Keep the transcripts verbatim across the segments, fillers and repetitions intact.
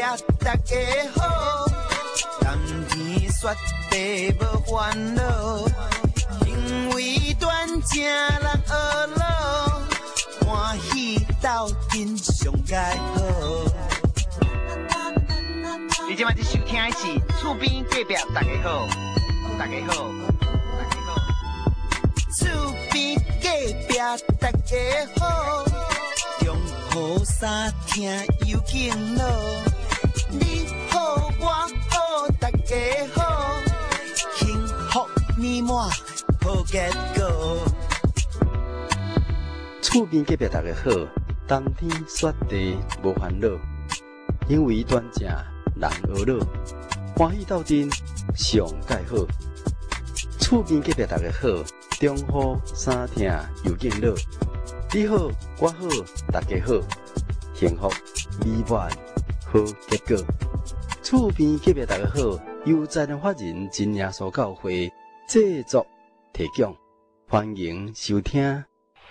大家好，甘甜雪地无烦恼，行为端正人学老，欢喜斗阵上佳好。你今晚在收听的是厝边隔壁大家好，大家好，大家好，厝边隔壁大家好，中好三听有敬老，你好我好大家好，幸福美满好结果。 厝边隔壁大家好，冬天雪地无烦恼，因为端正人学老，欢喜斗阵上介好。厝边隔壁大家好，中好三听有敬老，你好我好大家好，幸福美满好结果。厝边隔壁大家好，由在人法人真耶稣教会制作提供，欢迎收听。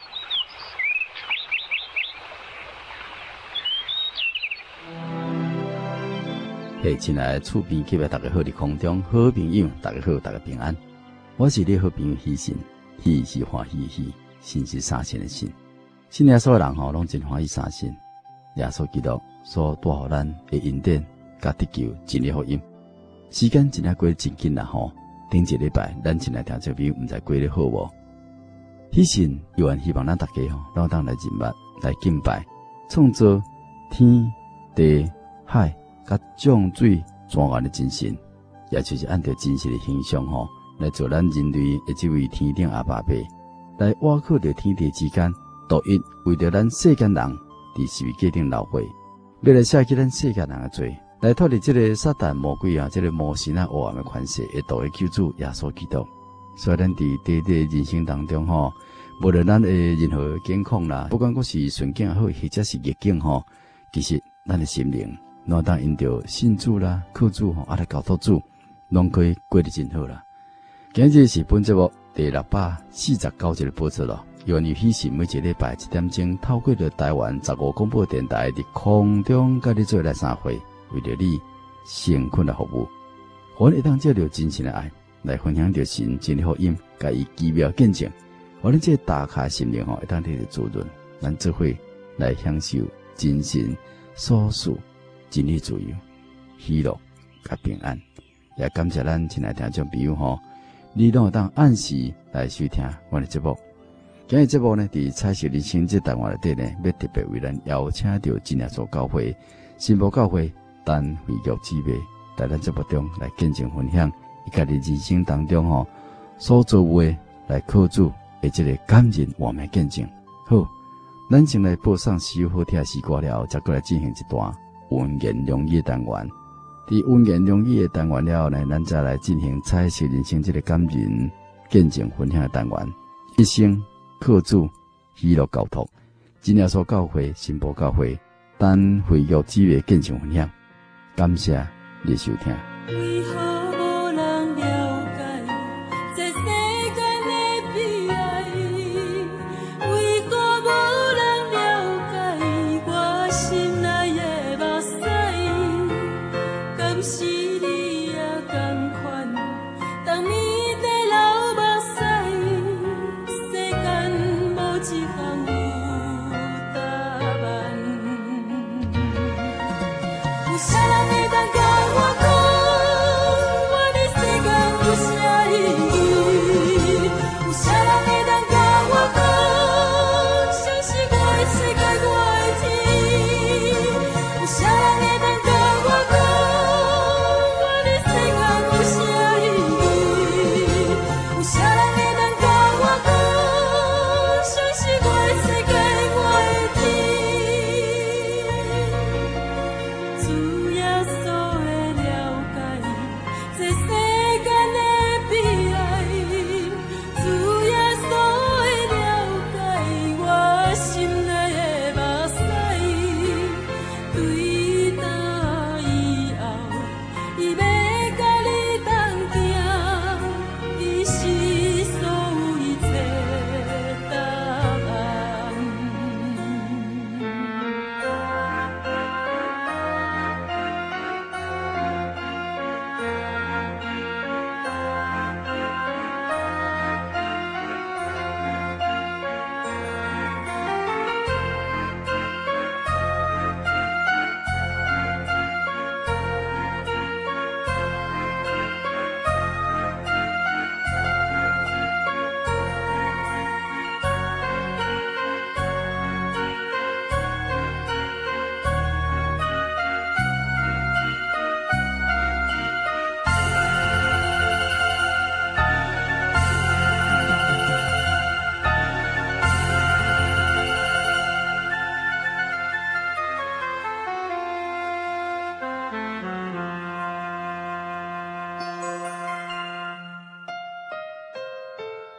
嘿，亲爱的厝边隔壁大家好，伫空中好朋友，大家好，大家平安。我是你好朋友喜信，喜是欢喜喜，信是相信的信。信耶稣的人吼，拢真欢喜相信耶稣基督所带予咱的恩典，甲得救真理福音。时间真系过得真紧啦吼，顶一礼拜咱亲爱听这边毋知过得好无？喜信有缘希望咱大家吼，拢当来认捌来敬拜，创造天地海。甲降水全源的真神，也就是按照真实的形象吼，来做咱人类的这位天顶阿爸爸，来挖靠着天地之间，独一为着咱世间人伫世界顶流血，要来赦去咱世间人的罪，来脱离这个撒旦魔鬼啊，这个魔神啊黑暗的权势，会导的救主耶稣基督。所以咱伫短短人生当中吼，无论咱的任何境况啦，不管我是顺境也好，或者是逆境吼，其实咱的心灵。那当因着信主啦、靠主吼，啊来交托主，拢可以过得真好啦。今日是本节目第六百四十九集的播出咯。由于喜信每一礼拜一点钟，透过着台湾十五广播电台伫空中甲你做来三会，为着你诚恳的服务，我们一当借着真心的爱来分享着神真理福音，甲伊奇妙见证。我们这打开心灵吼，一当得着滋润，咱做伙来享受真神所属。真理自由、喜乐、甲平安，也感谢咱亲爱听众朋友吼，你拢有当按时来收听我的节目。今日节目呢，伫彩色人生这单元内底呢，要特别为咱邀请到真耶稣教会、新宝教会单会玉姊妹，在咱节目中来见证分享，伊家己人生当中吼所做为来靠主的这个感人完美见证。好，咱先来播上首好听的诗歌了，再过来进行一段。温言良语的单元，伫温言良语的单元了后呢，咱再来进行彩色人生这个感人见证分享的单元。一生靠主喜乐交托，真耶稣教会、新宝教会单会玉姊妹见证分享，感谢你收听。为何无人了解这世间的悲哀？为何无人了解我心内的？敢是你也同款，当面在流目屎，世间无一项有答案。有啥人会当甲我讲？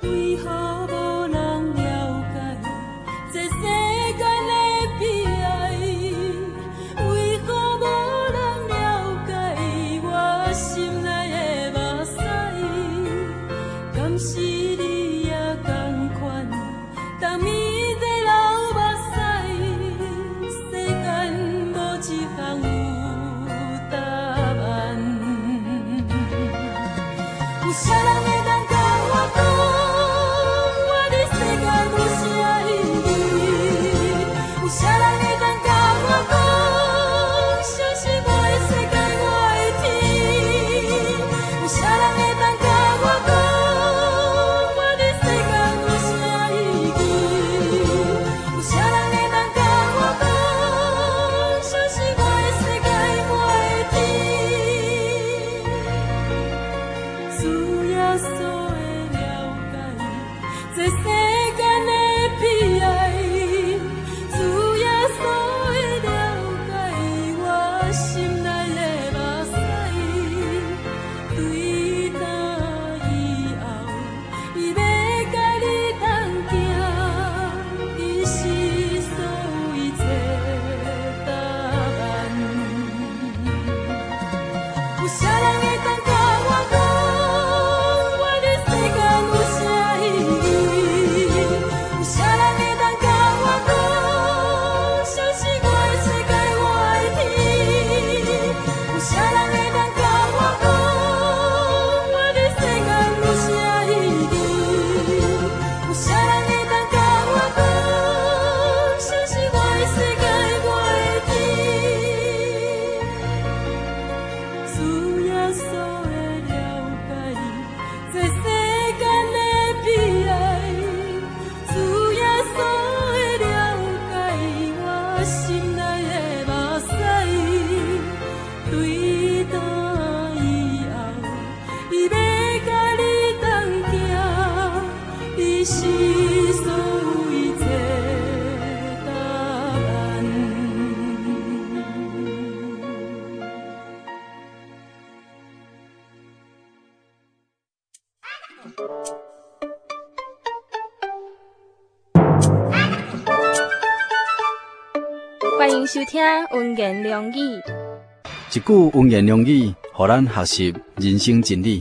欢迎收听文言良语， 一句文言良语，互咱学习人生真理。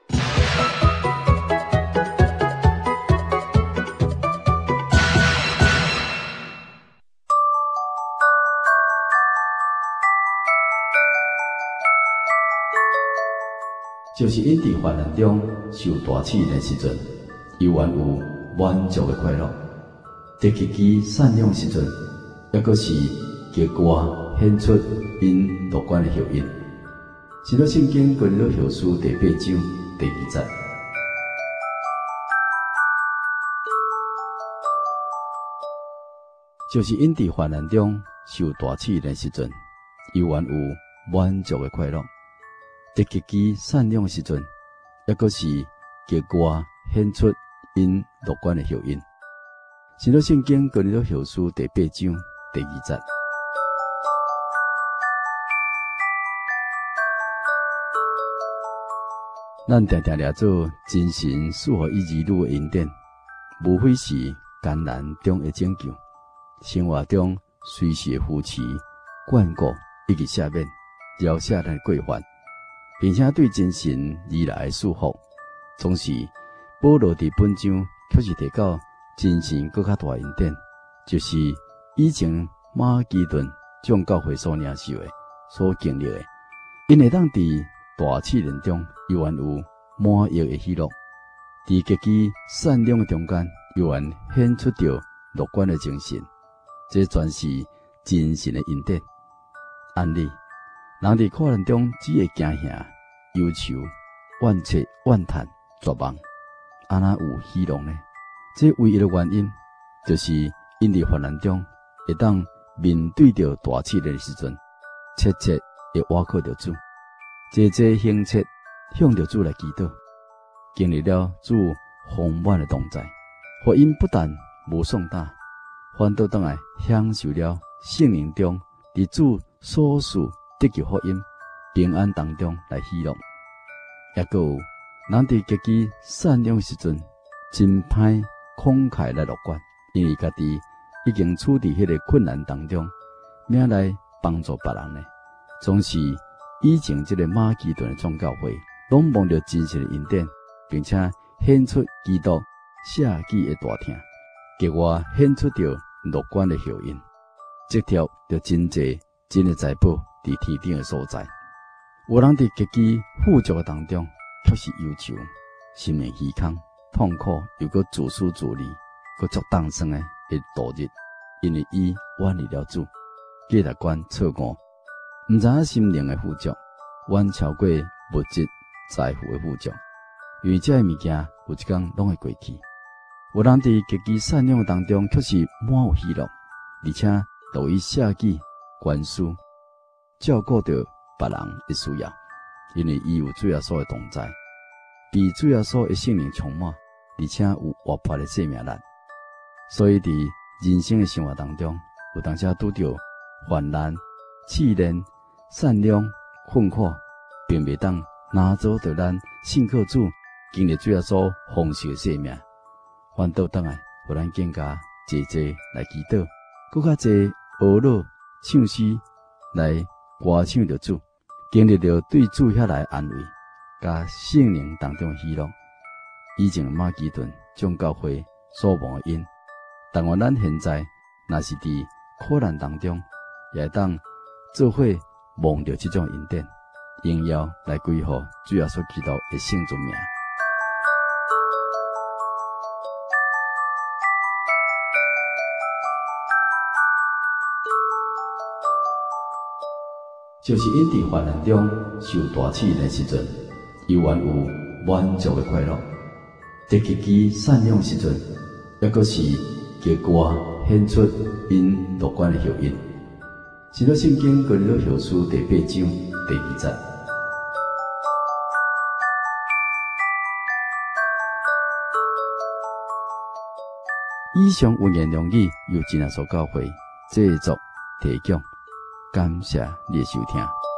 就是因伫患难中受大气的时阵，伊原有满足的快乐；在自己善良时阵，抑阁是结果显出因乐观的效应。是了圣经哥林多后书第八章第二节。就是因伫患难中受大气的时阵，伊原有满足的快乐。在自己善良时阵，抑阁是结果显出因乐观的效应。是了圣经哥林多后书第八章第二节。咱常常抓做真神赐予伊儿女的恩典，无非是艰难中的拯救，生活中随时的扶持、眷顾以及赦免、饶赦咱的过犯。并且对真神而来的祝福，总是保罗伫本章却是提到真神更较大恩典，就是以前马其顿众教会所领受的、所经历的，因会当伫大试炼中，依然有满溢的喜乐；伫自己善良的中间，依然显出着乐观的精神。这全是真神的恩典。案例。人伫苦难中只会惊吓、忧愁、怨切、怨叹、绝望，安那有希望呢？这唯一的原因，就是因伫患难中会当面对着大试炼的时阵，切切会倚靠着主，这这行切向着主来祈祷，经历了主丰满的同在，福音不但无送大，反倒倒来享受了圣灵中伫主所赐得救福音平安当中来喜乐。也阁有人伫自己善良时阵， 真歹慷慨来乐观，因为家己已经处伫迄个困难当中，命来帮助别人呢。总是以前这个马其顿的宗教会，拢望着真实的恩典，并且显出基督舍己的大听，结果显出着乐观的效应。这条着真济真的财宝伫天顶的所在。有人伫极其富足的当中，却是忧愁、心灵虚空、痛苦，又搁自私自利，搁足当生的会度日，因为伊远离了主，价值观错误，毋知影心灵的富足远超过物质财富的富足，因为这些物件有一天拢会过去。有人伫极其善良的当中，却是满有喜乐，而且都以舍己、关思、照顾着别人的需要，因为伊有主耶稣的同在，被主耶稣的圣灵充满，而且有活泼的生命力。所以伫人生的生活当中，有当时拄着患难、试炼、善良、困苦，并袂当拿走着咱信靠主、经历主耶稣丰盛的生命。反倒倒来，互咱更加坐坐来祈祷，更较侪学乐唱诗来歌唱着主，经历着对主遐来安慰，甲圣灵当中的喜乐。以前马其顿众教会所望的因，但愿咱现在若是伫苦难当中，也会当做伙望着这种恩典，荣耀来归乎主耶稣基督的圣尊名。就是因伫患难中受大试的时阵，伊原有满足的快乐；在极其善良时阵，抑阁是结果显出因乐观的效应。是了圣经哥林多后书第八章第二节。以上文言良语由真耶稣教会制作提供。感谢你的收听。